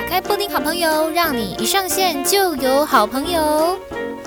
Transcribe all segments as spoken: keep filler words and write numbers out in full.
开布丁好朋友，让你一上线就有好朋友。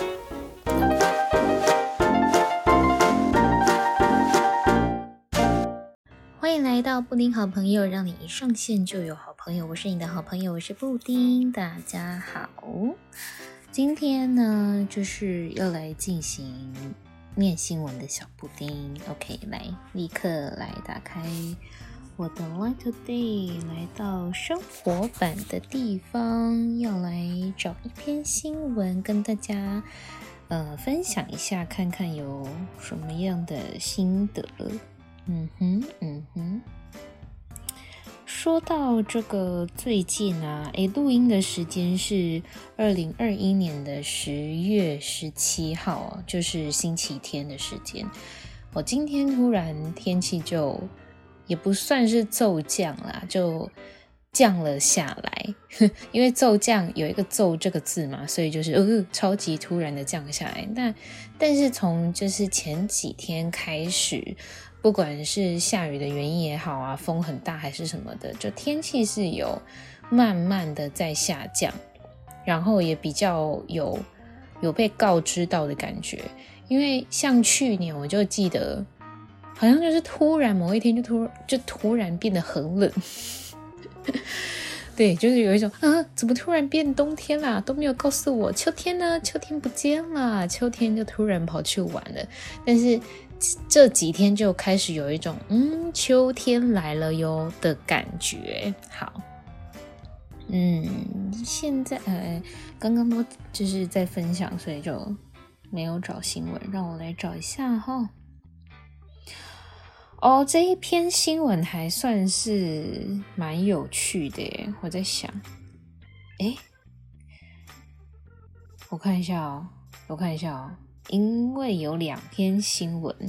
欢迎来到布丁好朋友，让你一上线就有好朋友。我是你的好朋友，我是布丁，大家好。今天呢，就是要来进行念新闻的小布丁。OK， 来，立刻来打开我的 Light Today， 来到生活版的地方，要来找一篇新闻跟大家呃分享一下，看看有什么样的心得。嗯哼，嗯哼。说到这个最近啊，诶，录音的时间是二零二一年的十月十七号啊，就是星期天的时间。我今天突然天气就也不算是骤降啦，就降了下来。因为骤降有一个骤这个字嘛，所以就是呃超级突然的降下来。但但是从就是前几天开始，不管是下雨的原因也好啊，风很大还是什么的，就天气是有慢慢的在下降，然后也比较有有被告知到的感觉。因为像去年我就记得好像就是突然某一天就突就突然变得很冷。对，就是有一种啊，怎么突然变冬天啦，都没有告诉我。秋天呢，秋天不见了，秋天就突然跑去玩了。但是这几天就开始有一种嗯，秋天来了哟的感觉。好，嗯，现在呃，刚刚都就是在分享，所以就没有找新闻，让我来找一下哈。哦，这一篇新闻还算是蛮有趣的耶。我在想，诶，我看一下哦，我看一下哦，因为有两篇新闻，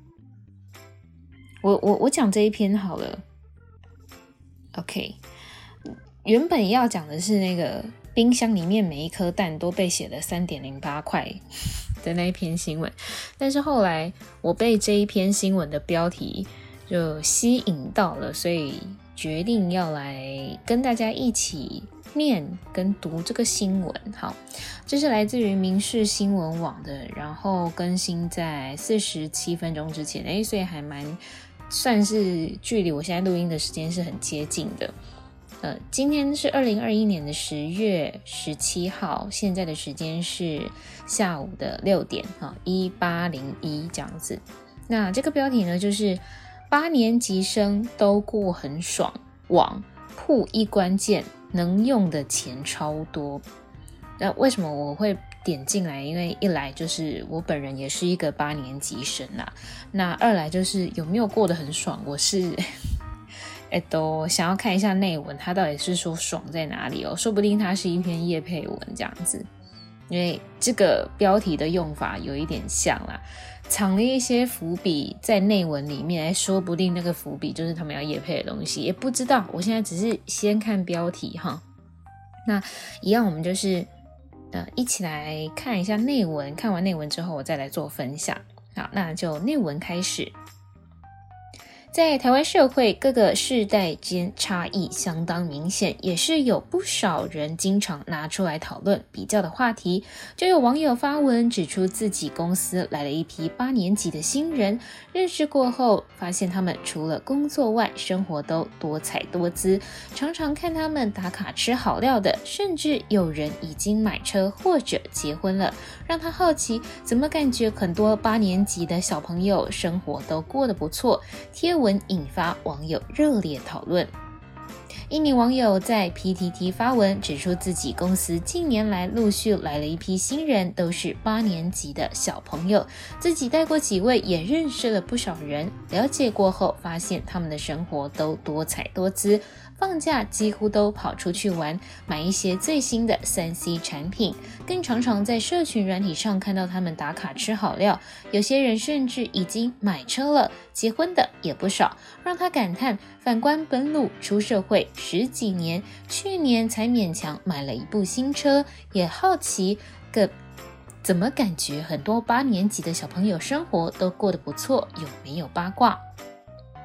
我我我讲这一篇好了。OK， 原本要讲的是那个冰箱里面每一颗蛋都被写了 三点零八 块的那一篇新闻，但是后来我被这一篇新闻的标题就吸引到了，所以决定要来跟大家一起念跟读这个新闻。好，这是来自于民视新闻网的，然后更新在四十七分钟之前，诶，所以还蛮算是距离我现在录音的时间是很接近的。呃，今天是二零二一年的十月十七号，现在的时间是下午的六点，哈，一八零一这样子。那这个标题呢，就是八年级生都过很爽，网铺一关键，能用的钱超多。那为什么我会点进来？因为一来就是我本人也是一个八年级生啦，那二来就是有没有过得很爽，我是哎，都想要看一下内文，它到底是说爽在哪里哦？说不定它是一篇业配文这样子，因为这个标题的用法有一点像啦，藏了一些伏笔在内文里面，说不定那个伏笔就是他们要业配的东西，也不知道。我现在只是先看标题哈。那一样，我们就是呃一起来看一下内文，看完内文之后，我再来做分享。好，那就内文开始。在台湾社会，各个世代间差异相当明显，也是有不少人经常拿出来讨论比较的话题。就有网友发文指出，自己公司来了一批八年级的新人，认识过后发现他们除了工作外，生活都多彩多姿，常常看他们打卡吃好料的，甚至有人已经买车或者结婚了，让他好奇怎么感觉很多八年级的小朋友生活都过得不错。贴文引发网友热烈讨论。一名网友在 P T T 发文指出，自己公司近年来陆续来了一批新人，都是八年级的小朋友，自己带过几位，也认识了不少人。了解过后发现他们的生活都多彩多姿，放假几乎都跑出去玩，买一些最新的 三 C 产品，更常常在社群软体上看到他们打卡吃好料，有些人甚至已经买车了，结婚的也不少，让他感叹反观本鲁出社会十几年，去年才勉强买了一部新车，也好奇个怎么感觉很多八年级的小朋友生活都过得不错，有没有八卦？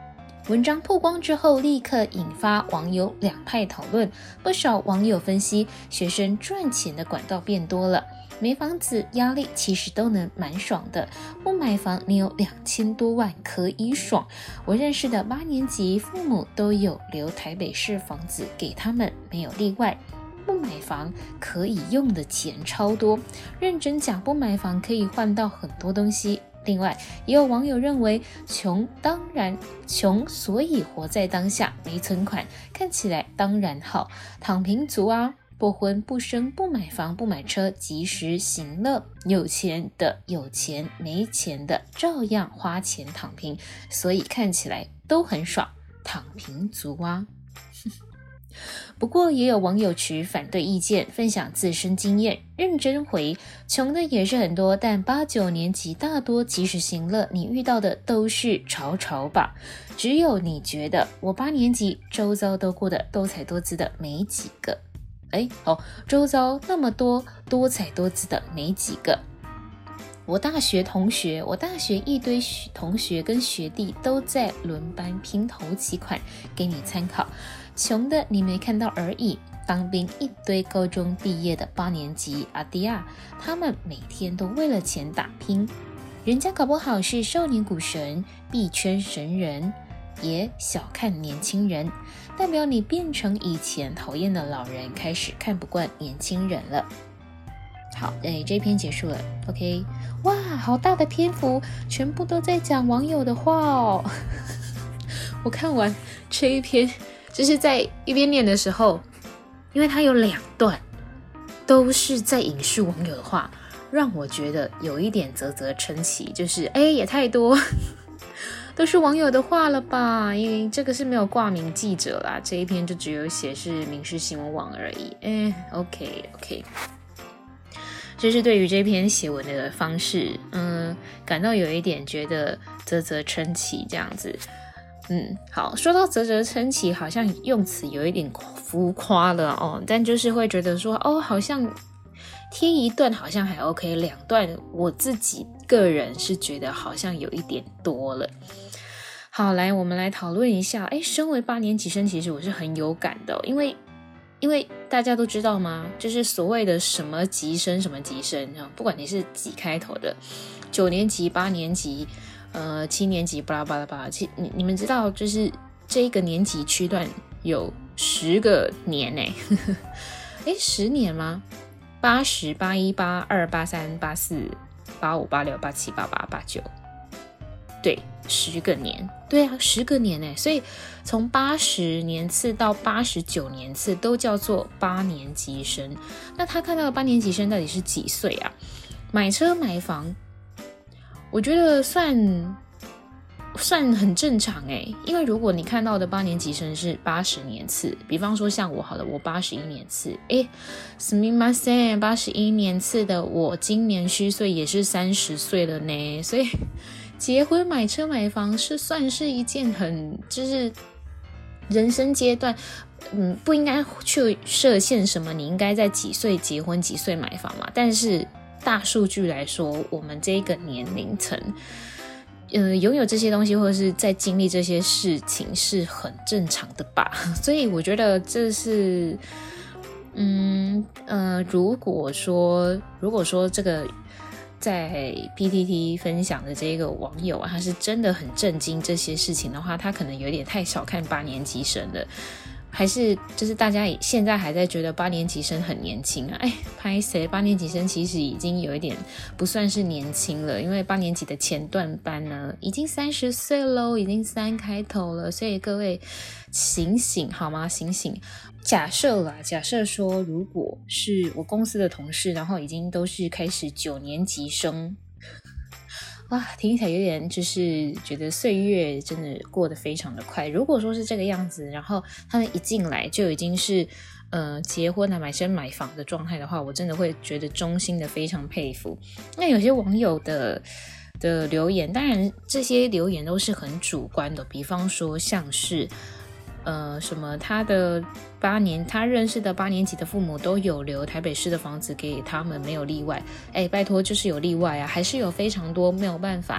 文章曝光之后，立刻引发网友两派讨论。不少网友分析，学生赚钱的管道变多了，没房子压力其实都能蛮爽的，不买房你有两千多万可以爽。我认识的八年级父母都有留台北市房子给他们，没有例外。不买房可以用的钱超多，认真讲，不买房可以换到很多东西。另外，也有网友认为，穷当然穷，所以活在当下，没存款，看起来当然好，躺平族啊，不婚不生不买房不买车，及时行乐，有钱的有钱，没钱的照样花钱躺平，所以看起来都很爽，躺平族啊。不过也有网友持反对意见，分享自身经验，认真回，穷的也是很多，但八九年级大多及时行乐，你遇到的都是潮潮吧，只有你觉得我八年级周遭都过得多彩多姿的没几个。哎，哦，周遭那么多多彩多姿的没几个。我大学同学，我大学一堆同学跟学弟都在轮班拼头期款，给你参考。穷的你没看到而已，当兵一堆高中毕业的八年级阿迪亚，他们每天都为了钱打拼，人家搞不好是少年股神、币圈神人，也小看年轻人，代表你变成以前讨厌的老人，开始看不惯年轻人了。好，哎，这一篇结束了 OK， 哇，好大的篇幅，全部都在讲网友的话哦我看完这一篇，就是在一边念的时候，因为它有两段都是在引述网友的话，让我觉得有一点啧啧称奇，就是哎，也太多都是网友的话了吧，因为这个是没有挂名记者啦，这一篇就只有写是民事新闻网而已。哎 OK OK， 就是对于这篇写文的方式嗯，感到有一点觉得啧啧称奇这样子。嗯，好，说到啧啧称奇，好像用词有一点浮夸了哦，但就是会觉得说，哦，好像贴一段好像还 OK， 两段我自己个人是觉得好像有一点多了。好，来，我们来讨论一下，哎，身为八年级生，其实我是很有感的哦，因为因为大家都知道吗？就是所谓的什么级生什么级生，不管你是几开头的，九年级、八年级。呃，七年级巴拉巴拉巴拉，其你你们知道，就是这个年级区段有十个年诶，诶，十年吗？八十、八一、八二、八三、八四、八五、八六、八七、八八、八九，对，十个年，对啊，十个年诶，所以从八十年次到八十九年次都叫做八年级生。那他看到的八年级生到底是几岁啊？买车买房。我觉得算算很正常诶，因为如果你看到的八年级生是八十年次，比方说像我好了，我八十一年次，诶，すみません，八十一年次的我今年虚岁也是三十岁了呢，所以结婚买车买房是算是一件很就是人生阶段，嗯，不应该去设限什么，你应该在几岁结婚几岁买房嘛，但是大数据来说，我们这个年龄层呃，拥有这些东西或者是在经历这些事情是很正常的吧，所以我觉得这是嗯呃，如果说如果说这个在 P T T 分享的这个网友啊，他是真的很震惊这些事情的话，他可能有点太小看八年级生了，还是就是大家现在还在觉得八年级生很年轻啊？哎，拍谁？八年级生其实已经有一点不算是年轻了，因为八年级的前段班呢已经三十岁喽，已经三开头了，所以各位醒醒好吗？醒醒！假设啦，假设说如果是我公司的同事，然后已经都是开始九年级生。哇，听起来有点就是觉得岁月真的过得非常的快。如果说是这个样子，然后他们一进来就已经是呃结婚啊、买车买房的状态的话，我真的会觉得衷心的非常佩服。那有些网友的的留言，当然这些留言都是很主观的，比方说像是呃什么他的八年他认识的八年级的父母都有留台北市的房子给他们，没有例外。哎，拜托，就是有例外啊，还是有非常多没有办法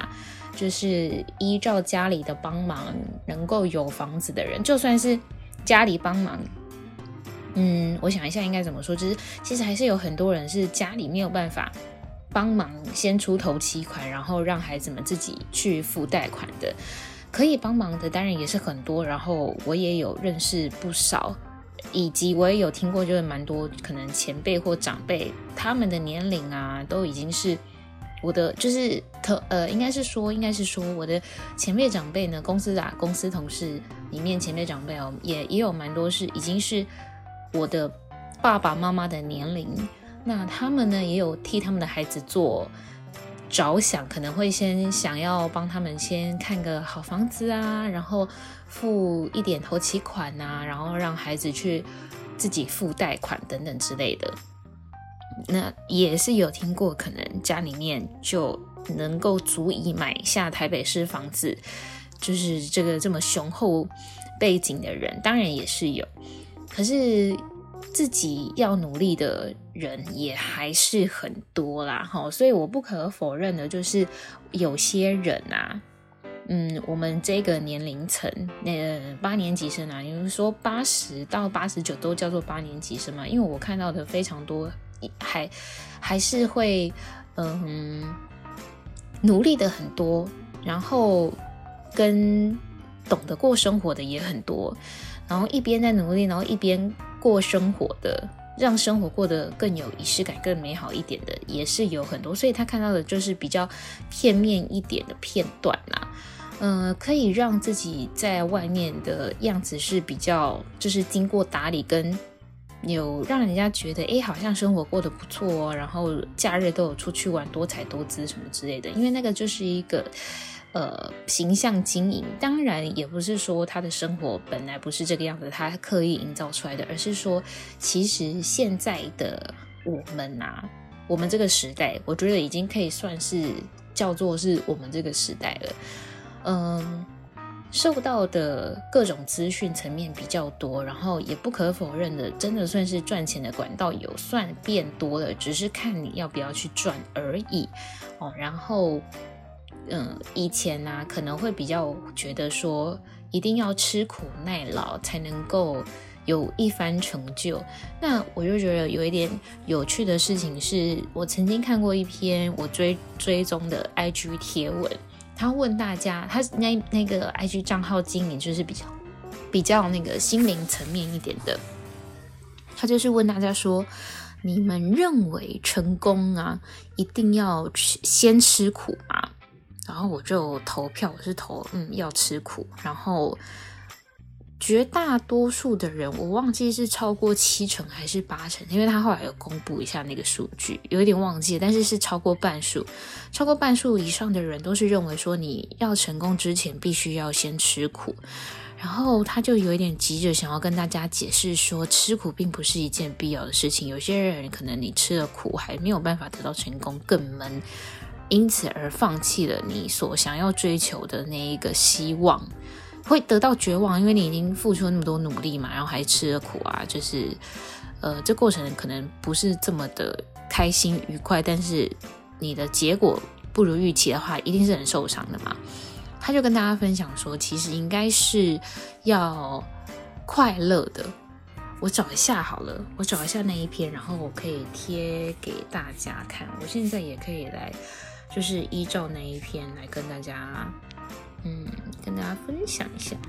就是依照家里的帮忙能够有房子的人，就算是家里帮忙，嗯，我想一下应该怎么说，就是其实还是有很多人是家里没有办法帮忙先出头期款，然后让孩子们自己去付贷款的。可以帮忙的当然也是很多，然后我也有认识不少，以及我也有听过就是蛮多可能前辈或长辈他们的年龄啊都已经是我的就是特呃应该是说应该是说我的前辈长辈呢，公司啊公司同事里面前辈长辈哦也也有蛮多是已经是我的爸爸妈妈的年龄，那他们呢也有替他们的孩子做着想，可能会先想要帮他们先看个好房子啊，然后付一点头期款啊，然后让孩子去自己付贷款等等之类的。那也是有听过可能家里面就能够足以买下台北市房子，就是这个这么雄厚背景的人当然也是有，可是自己要努力的人也还是很多啦，所以我不可否认的就是有些人啊，嗯，我们这个年龄层，那八年级生啊，你说八十到八十九都叫做八年级生嘛？因为我看到的非常多，还还是会嗯努力的很多，然后跟懂得过生活的也很多，然后一边在努力，然后一边过生活的，让生活过得更有仪式感更美好一点的也是有很多，所以他看到的就是比较片面一点的片段啦。呃，可以让自己在外面的样子是比较就是经过打理，跟有让人家觉得诶好像生活过得不错哦，然后假日都有出去玩，多彩多姿什么之类的，因为那个就是一个呃形象经营，当然也不是说他的生活本来不是这个样子，他刻意营造出来的，而是说其实现在的我们啊，我们这个时代我觉得已经可以算是叫做是我们这个时代了，嗯，受到的各种资讯层面比较多，然后也不可否认的真的算是赚钱的管道有算变多了，只是看你要不要去赚而已哦。然后嗯，以前啊可能会比较觉得说一定要吃苦耐劳才能够有一番成就，那我就觉得有一点有趣的事情是，我曾经看过一篇我追追踪的 I G 贴文，他问大家，他那那个 I G 账号经营就是比较比较那个心灵层面一点的，他就是问大家说，你们认为成功啊一定要先吃苦吗？然后我就投票，我是投嗯要吃苦，然后绝大多数的人，我忘记是超过七成还是八成，因为他后来有公布一下那个数据，有一点忘记了，但是是超过半数，超过半数以上的人都是认为说你要成功之前必须要先吃苦，然后他就有一点急着想要跟大家解释说，吃苦并不是一件必要的事情，有些人可能你吃了苦还没有办法得到成功，更闷，因此而放弃了你所想要追求的那一个希望，会得到绝望，因为你已经付出了那么多努力嘛，然后还吃了苦啊，就是呃，这过程可能不是这么的开心愉快，但是你的结果不如预期的话，一定是很受伤的嘛。他就跟大家分享说，其实应该是要快乐的。我找一下好了，我找一下那一篇，然后我可以贴给大家看。我现在也可以来，就是依照那一篇来跟大家。嗯，跟大家分享一下，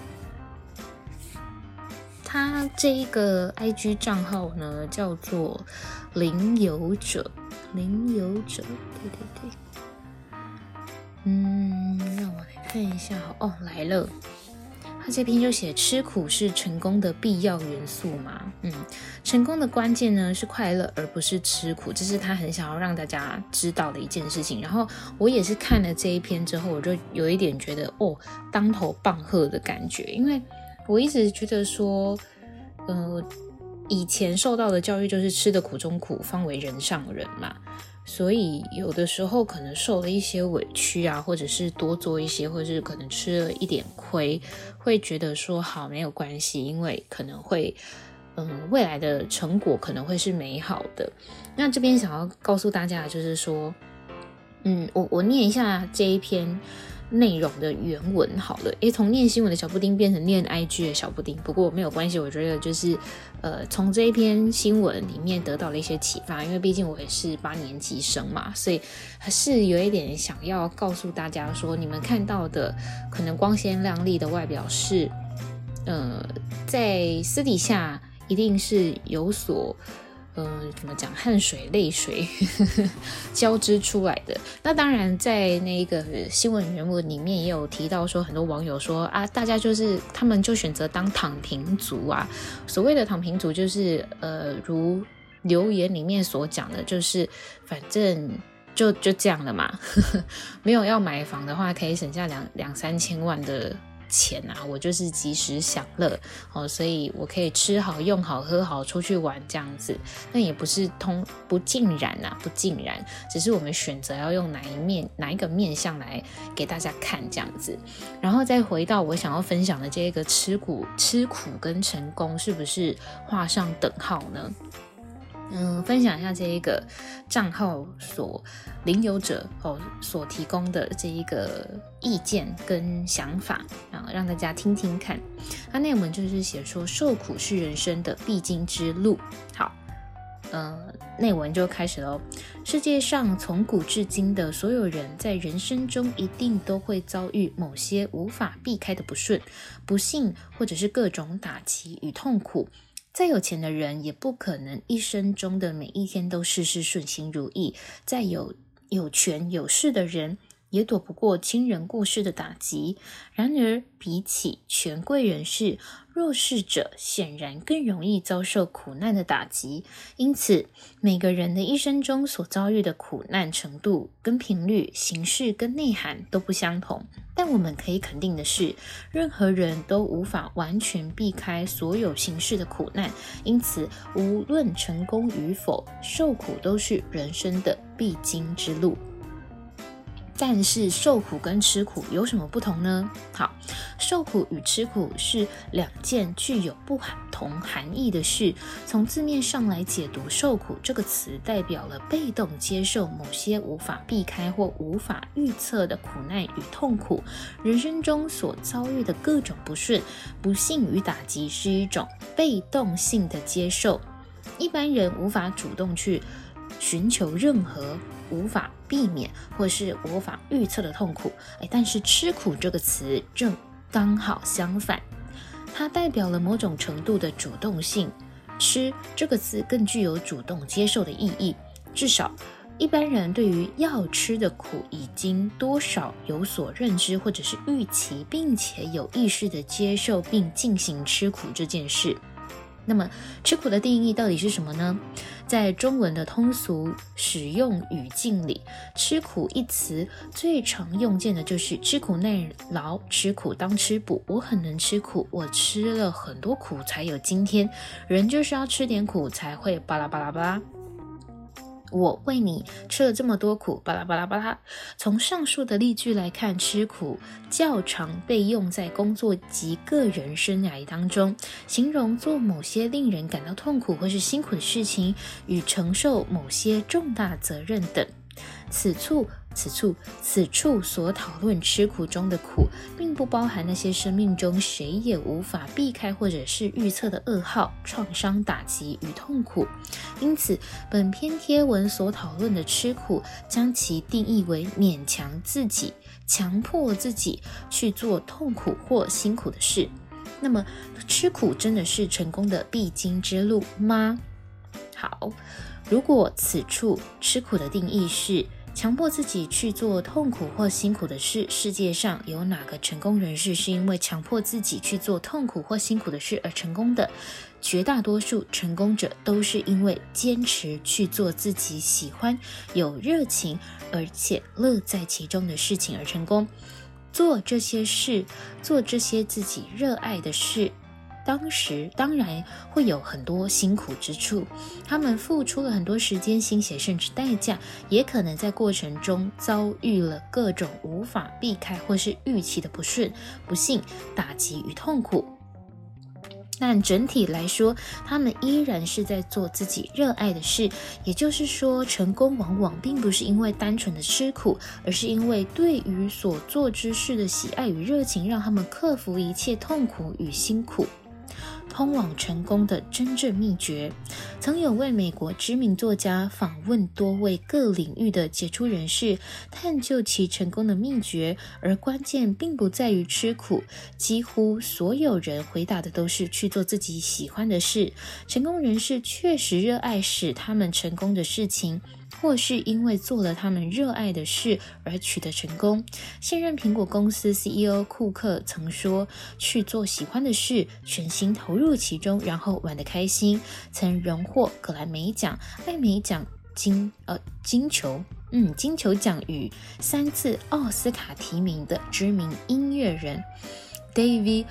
他这一个 I G 账号呢叫做零游者，零游者，对对对，嗯，让我来看一下，哦，来了，他这篇就写吃苦是成功的必要元素嘛，嗯，成功的关键呢是快乐而不是吃苦，这是他很想要让大家知道的一件事情。然后我也是看了这一篇之后，我就有一点觉得哦，当头棒喝的感觉，因为我一直觉得说，呃，以前受到的教育就是吃的苦中苦，方为人上人嘛。所以有的时候可能受了一些委屈啊，或者是多做一些，或者是可能吃了一点亏，会觉得说好没有关系，因为可能会嗯未来的成果可能会是美好的。那这边想要告诉大家的就是说， 嗯，我我念一下这一篇内容的原文好了。诶，从念新闻的小布丁变成念 I G 的小布丁，不过没有关系，我觉得就是呃，从这一篇新闻里面得到了一些启发，因为毕竟我也是八年级生嘛，所以还是有一点想要告诉大家说，你们看到的可能光鲜亮丽的外表是呃，在私底下一定是有所呃，怎么讲，汗水泪水呵呵交织出来的。那当然在那个新闻原文里面也有提到说，很多网友说啊，大家就是他们就选择当躺平族啊。所谓的躺平族就是呃，如留言里面所讲的，就是反正就就这样了嘛呵呵，没有要买房的话可以省下两两三千万的钱啊，我就是及时享乐哦，所以我可以吃好用好喝好出去玩这样子。那也不是通不尽然啊，不尽然，只是我们选择要用哪一面哪一个面向来给大家看这样子。然后再回到我想要分享的这个吃苦吃苦跟成功是不是画上等号呢？嗯，分享一下这一个账号所领有者哦所提供的这一个意见跟想法啊，让大家听听看。它内文就是写说，受苦是人生的必经之路。好，呃，内文就开始喽。世界上从古至今的所有人在人生中一定都会遭遇某些无法避开的不顺、不幸，或者是各种打击与痛苦。再有钱的人也不可能一生中的每一天都事事顺心如意，再有有权有势的人也躲不过亲人过世的打击。然而比起权贵人士，弱势者显然更容易遭受苦难的打击。因此每个人的一生中所遭遇的苦难程度跟频率、形式跟内涵都不相同。但我们可以肯定的是，任何人都无法完全避开所有形式的苦难，因此无论成功与否，受苦都是人生的必经之路。但是受苦跟吃苦有什么不同呢？好，受苦与吃苦是两件具有不同含义的事。从字面上来解读，受苦这个词代表了被动接受某些无法避开或无法预测的苦难与痛苦。人生中所遭遇的各种不顺、不幸与打击是一种被动性的接受。一般人无法主动去寻求任何无法避免或是无法预测的痛苦，但是吃苦这个词正刚好相反，它代表了某种程度的主动性。吃这个字更具有主动接受的意义，至少一般人对于要吃的苦已经多少有所认知或者是预期，并且有意识的接受并进行吃苦这件事。那么吃苦的定义到底是什么呢？在中文的通俗使用语境里，吃苦一词最常用见的就是吃苦耐劳，吃苦当吃补。我很能吃苦，我吃了很多苦才有今天，人就是要吃点苦才会巴拉巴拉巴拉。我为你吃了这么多苦，巴拉巴拉巴拉。从上述的例句来看，吃苦较常被用在工作及个人生涯当中，形容做某些令人感到痛苦或是辛苦的事情，与承受某些重大责任等。此处此处此处所讨论吃苦中的苦，并不包含那些生命中谁也无法避开或者是预测的噩耗、创伤、打击与痛苦。因此本篇贴文所讨论的吃苦，将其定义为勉强自己、强迫自己去做痛苦或辛苦的事。那么吃苦真的是成功的必经之路吗？好，如果此处吃苦的定义是强迫自己去做痛苦或辛苦的事，世界上有哪个成功人士是因为强迫自己去做痛苦或辛苦的事而成功的？绝大多数成功者都是因为坚持去做自己喜欢、有热情而且乐在其中的事情而成功。做这些事，做这些自己热爱的事，当时当然会有很多辛苦之处，他们付出了很多时间、心血甚至代价，也可能在过程中遭遇了各种无法避开或是预期的不顺、不幸、打击与痛苦。 但整体来说，他们依然是在做自己热爱的事，也就是说，成功往往并不是因为单纯的吃苦，而是因为对于所做之事的喜爱与热情，让他们克服一切痛苦与辛苦。通往成功的真正秘诀，曾有位美国知名作家访问多位各领域的杰出人士，探究其成功的秘诀，而关键并不在于吃苦。几乎所有人回答的都是去做自己喜欢的事。成功人士确实热爱使他们成功的事情，或是因为做了他们热爱的事而取得成功。现任苹果公司 C E O 库克曾说，去做喜欢的事，全心投入其中，然后玩得开心。曾荣获格莱美奖、艾美奖、金呃金球嗯金球奖与三次奥斯卡提名的知名音乐人 David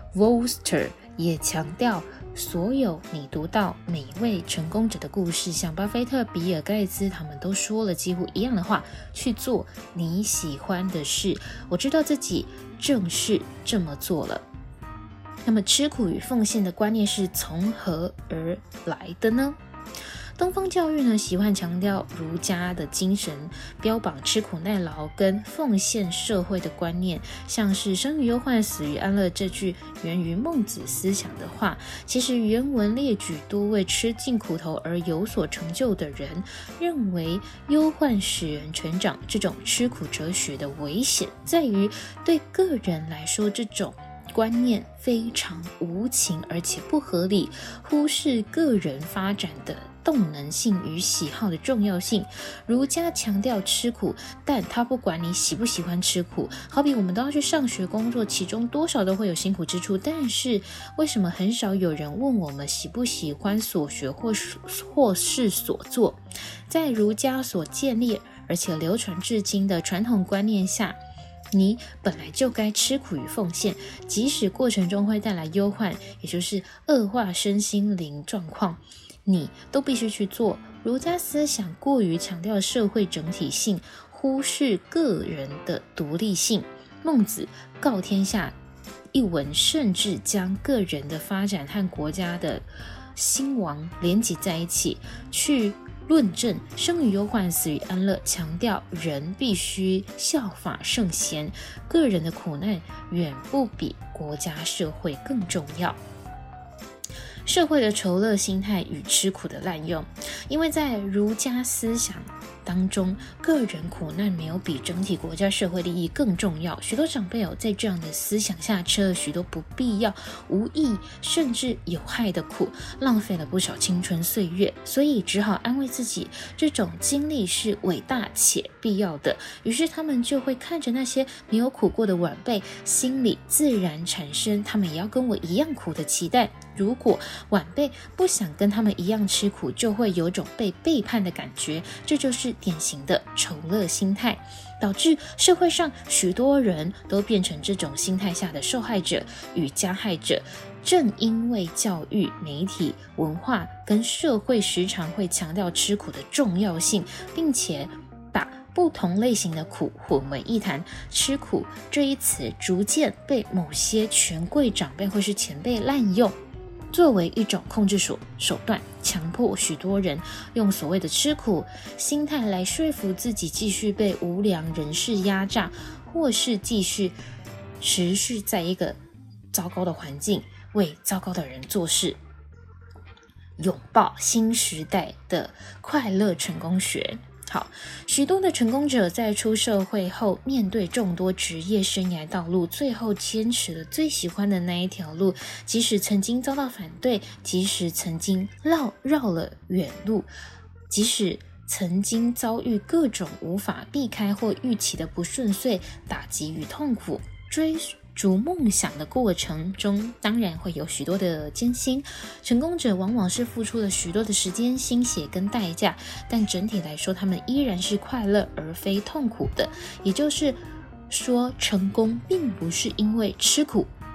Foster 也强调，所有你读到每一位成功者的故事，像巴菲特、比尔盖茨，他们都说了几乎一样的话，去做你喜欢的事。我知道自己正是这么做了。那么吃苦与奉献的观念是从何而来的呢？东方教育呢，喜欢强调儒家的精神，标榜吃苦耐劳跟奉献社会的观念，像是生于忧患，死于安乐这句源于孟子思想的话，其实原文列举多位吃尽苦头而有所成就的人，认为忧患使人成长，这种吃苦哲学的危险在于对个人来说，这种观念非常无情而且不合理，忽视个人发展的动能性与喜好的重要性。儒家强调吃苦，但他不管你喜不喜欢吃苦，好比我们都要去上学工作，其中多少都会有辛苦之处，但是为什么很少有人问我们喜不喜欢所学或是或是所做？在儒家所建立而且流传至今的传统观念下，你本来就该吃苦与奉献，即使过程中会带来忧患，也就是恶化身心灵状况，你都必须去做。儒家思想过于强调社会整体性，忽视个人的独立性。孟子告天下一文，甚至将个人的发展和国家的兴亡连结在一起，去论证生于忧患，死于安乐，强调人必须效法圣贤，个人的苦难远不比国家社会更重要。社会的酬乐心态与吃苦的滥用，因为在儒家思想当中，个人苦难没有比整体国家社会利益更重要。许多长辈有在这样的思想下吃了许多不必要、无益甚至有害的苦，浪费了不少青春岁月，所以只好安慰自己，这种经历是伟大且必要的。于是他们就会看着那些没有苦过的晚辈，心里自然产生他们也要跟我一样苦的期待。如果晚辈不想跟他们一样吃苦，就会有种被背叛的感觉，这就是典型的酬乐心态，导致社会上许多人都变成这种心态下的受害者与加害者。正因为教育、媒体、文化跟社会时常会强调吃苦的重要性，并且把不同类型的苦混为一谈，吃苦这一词逐渐被某些权贵长辈或是前辈滥用，作为一种控制手手段，强迫许多人用所谓的吃苦心态来说服自己继续被无良人士压榨，或是继续持续在一个糟糕的环境为糟糕的人做事。拥抱新时代的快乐成功学。好，许多的成功者在出社会后，面对众多职业生涯道路，最后坚持了最喜欢的那一条路，即使曾经遭到反对，即使曾经绕绕了远路，即使曾经遭遇各种无法避开或预期的不顺遂、打击与痛苦，追逐梦想的过程中，当然会有许多的艰辛。成功者往往是付出了许多的时间、心血跟代价，但整体来说，他们依然是快乐而非痛苦的。也就是说，成功并不是因为吃苦，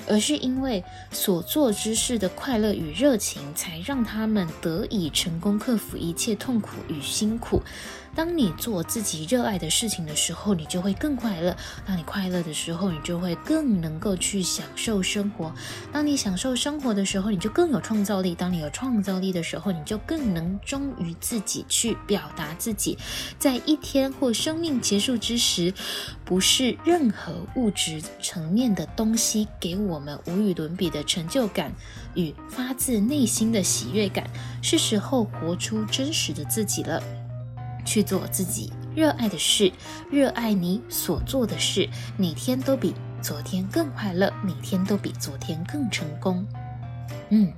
而是因为所做之事的快乐与热情，才让他们得以成功克服一切痛苦与辛苦。当你做自己热爱的事情的时候，你就会更快乐。当你快乐的时候，你就会更能够去享受生活。当你享受生活的时候，你就更有创造力。当你有创造力的时候，你就更能忠于自己，去表达自己。在一天或生命结束之时，不是任何物质层面的东西给我们无与伦比的成就感与发自内心的喜悦感，是时候活出真实的自己了。去做自己热爱的事，热爱你所做的事，每天都比昨天更快乐，每天都比昨天更成功。嗯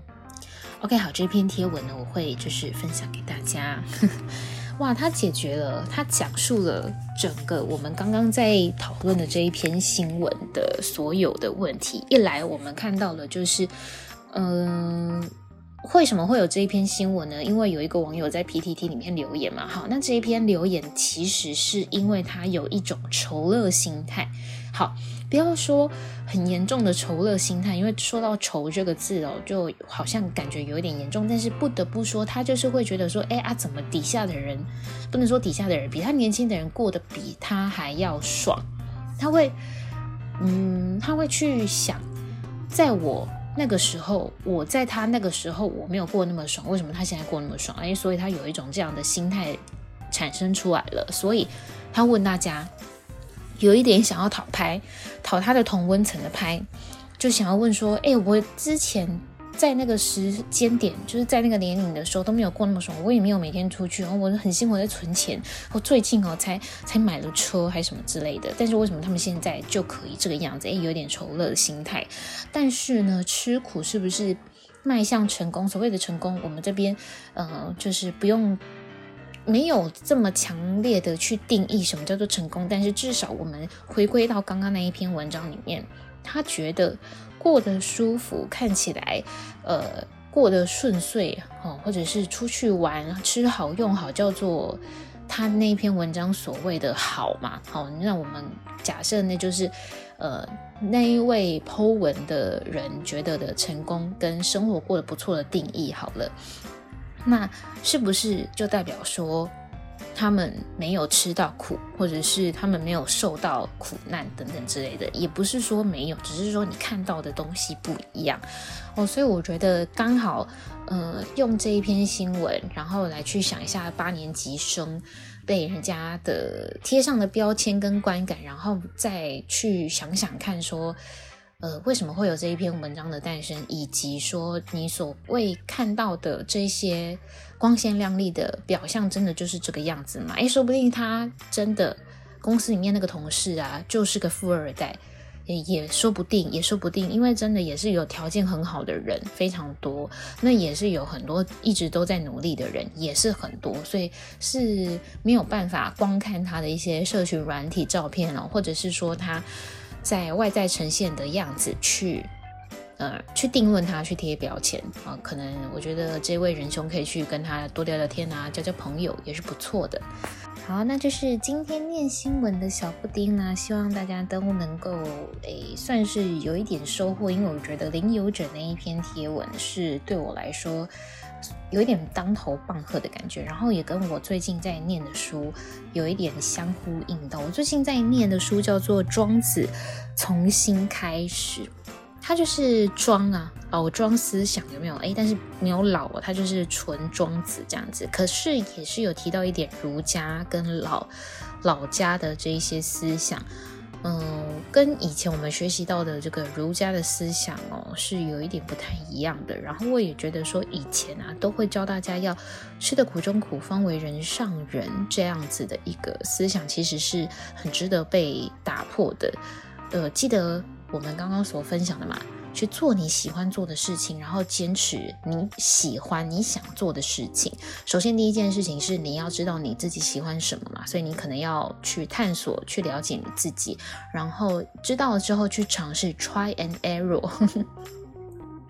OK 好，这篇贴文呢，我会就是分享给大家。哇，它解决了，它讲述了整个我们刚刚在讨论的这一篇新闻的所有的问题。一来我们看到了就是嗯、呃为什么会有这一篇新闻呢？因为有一个网友在 P T T 里面留言嘛，好，那这一篇留言其实是因为他有一种仇乐心态。好，不要说很严重的仇乐心态，因为说到仇这个字哦，就好像感觉有一点严重，但是不得不说，他就是会觉得说，哎啊，怎么底下的人，不能说底下的人，比他年轻的人过得比他还要爽，他会，嗯，他会去想，在我那个时候，我在他那个时候我没有过那么爽，为什么他现在过那么爽？哎，所以他有一种这样的心态产生出来了，所以他问大家，有一点想要讨拍，讨他的同温层的拍，就想要问说，哎，我之前在那个时间点，就是在那个年龄的时候都没有过那么爽，我也没有每天出去，然后我很辛苦在存钱，我最近哦才才买了车还什么之类的，但是为什么他们现在就可以这个样子？哎，有点仇乐的心态。但是呢，吃苦是不是迈向成功？所谓的成功，我们这边呃就是不用没有这么强烈的去定义什么叫做成功，但是至少我们回归到刚刚那一篇文章里面，他觉得过得舒服，看起来呃过得顺遂、哦、或者是出去玩吃好用好，叫做他那篇文章所谓的好嘛。好，那我们假设那就是呃那一位 po 文的人觉得的成功跟生活过得不错的定义好了，那是不是就代表说他们没有吃到苦，或者是他们没有受到苦难等等之类的？也不是说没有，只是说你看到的东西不一样哦。所以我觉得刚好呃用这一篇新闻，然后来去想一下八年级生被人家的贴上的标签跟观感，然后再去想想看说呃，为什么会有这一篇文章的诞生，以及说你所谓看到的这些光鲜亮丽的表象真的就是这个样子吗？诶，说不定他真的公司里面那个同事啊就是个富二代，也也说不定也说不定，因为真的也是有条件很好的人非常多，那也是有很多一直都在努力的人也是很多，所以是没有办法光看他的一些社群软体照片哦，或者是说他在外在呈现的样子去呃，去定论他，去贴标签啊、呃，可能我觉得这位仁兄可以去跟他多聊聊天啊，交交朋友也是不错的。好，那就是今天念新闻的小布丁啦，希望大家都能够诶算是有一点收获，因为我觉得领有者那一篇贴文是对我来说有一点当头棒喝的感觉，然后也跟我最近在念的书有一点相呼应到。我最近在念的书叫做《庄子从新开始》，它就是庄啊，老庄思想有没有？诶，但是没有老啊，它就是纯庄子这样子。可是也是有提到一点儒家跟老老家的这一些思想。嗯，跟以前我们学习到的这个儒家的思想哦，是有一点不太一样的。然后我也觉得说，以前啊都会教大家要吃得苦中苦，方为人上人这样子的一个思想，其实是很值得被打破的。呃，记得我们刚刚所分享的嘛，去做你喜欢做的事情，然后坚持你喜欢你想做的事情。首先第一件事情是你要知道你自己喜欢什么嘛，所以你可能要去探索，去了解你自己，然后知道了之后去尝试 try and error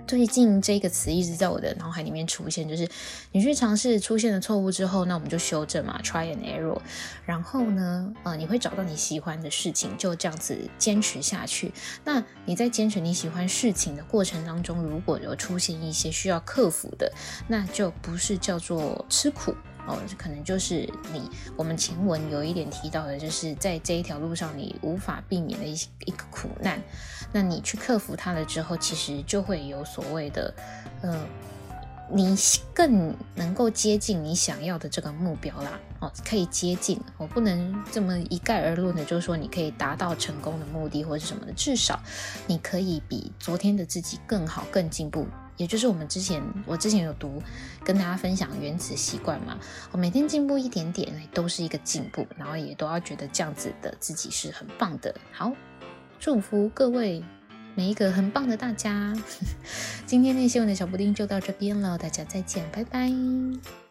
最近这个词一直在我的脑海里面出现，就是你去尝试出现了错误之后，那我们就修正嘛 ，try and error。然后呢，呃，你会找到你喜欢的事情，就这样子坚持下去。那你在坚持你喜欢事情的过程当中，如果有出现一些需要克服的，那就不是叫做吃苦。哦，可能就是你我们前文有一点提到的，就是在这一条路上你无法避免的一一个苦难，那你去克服它了之后，其实就会有所谓的呃你更能够接近你想要的这个目标啦。哦，可以接近，我不能这么一概而论的，就是说你可以达到成功的目的或者什么的，至少你可以比昨天的自己更好、更进步。也就是我们之前，我之前有读跟大家分享原子习惯嘛，我每天进步一点点都是一个进步，然后也都要觉得这样子的自己是很棒的。好，祝福各位每一个很棒的大家。今天内新闻的小布丁就到这边了，大家再见，拜拜。